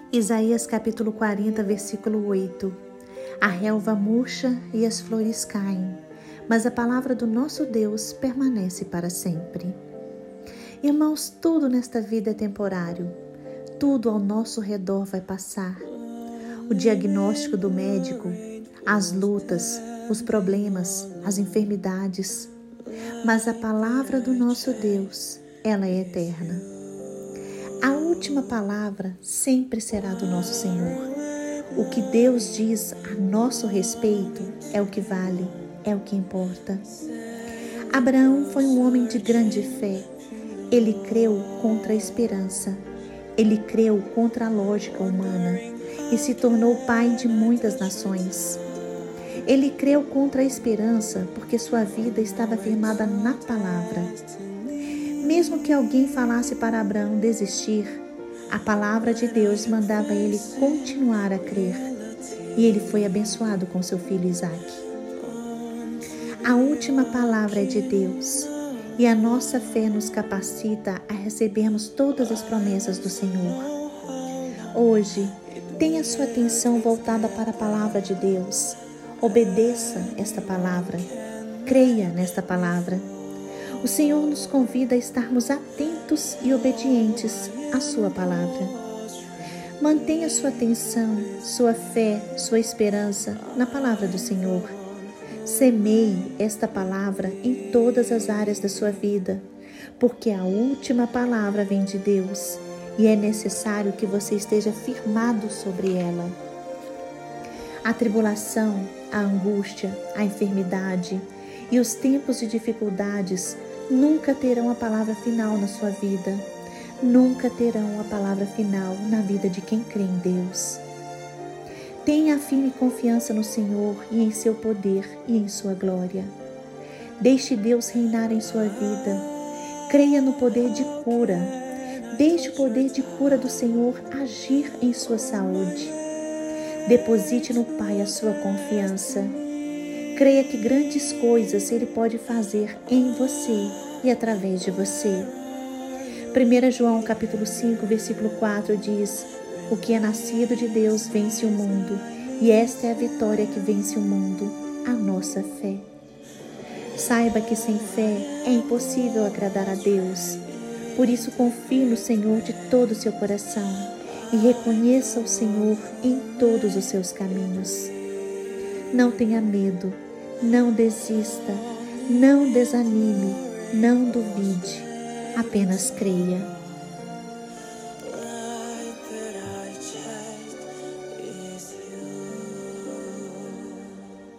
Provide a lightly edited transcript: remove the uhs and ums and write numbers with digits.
Isaías capítulo 40, versículo 8. A relva murcha e as flores caem, mas a palavra do nosso Deus permanece para sempre. Irmãos, tudo nesta vida é temporário. Tudo ao nosso redor vai passar. O diagnóstico do médico, as lutas, os problemas, as enfermidades. Mas a palavra do nosso Deus, ela é eterna. A última palavra sempre será do nosso Senhor. O que Deus diz a nosso respeito é o que vale, é o que importa. Abraão foi um homem de grande fé. Ele creu contra a esperança. Ele creu contra a lógica humana e se tornou pai de muitas nações. Ele creu contra a esperança porque sua vida estava firmada na palavra. Mesmo que alguém falasse para Abraão desistir, a palavra de Deus mandava ele continuar a crer. E ele foi abençoado com seu filho Isaque. A última palavra é de Deus. E a nossa fé nos capacita a recebermos todas as promessas do Senhor. Hoje, tenha sua atenção voltada para a palavra de Deus. Obedeça esta palavra. Creia nesta palavra. O Senhor nos convida a estarmos atentos e obedientes à sua palavra. Mantenha sua atenção, sua fé, sua esperança na palavra do Senhor. Semeie esta palavra em todas as áreas da sua vida, porque a última palavra vem de Deus e é necessário que você esteja firmado sobre ela. A tribulação, a angústia, a enfermidade e os tempos de dificuldades nunca terão a palavra final na sua vida. Nunca terão a palavra final na vida de quem crê em Deus. Tenha firme confiança no Senhor e em seu poder e em sua glória. Deixe Deus reinar em sua vida. Creia no poder de cura. Deixe o poder de cura do Senhor agir em sua saúde. Deposite no Pai a sua confiança. Creia que grandes coisas Ele pode fazer em você e através de você. 1 João capítulo 5, versículo 4 diz: o que é nascido de Deus vence o mundo, e esta é a vitória que vence o mundo, a nossa fé. Saiba que sem fé é impossível agradar a Deus. Por isso confie no Senhor de todo o seu coração e reconheça o Senhor em todos os seus caminhos. Não tenha medo. Não desista, não desanime, não duvide, apenas creia.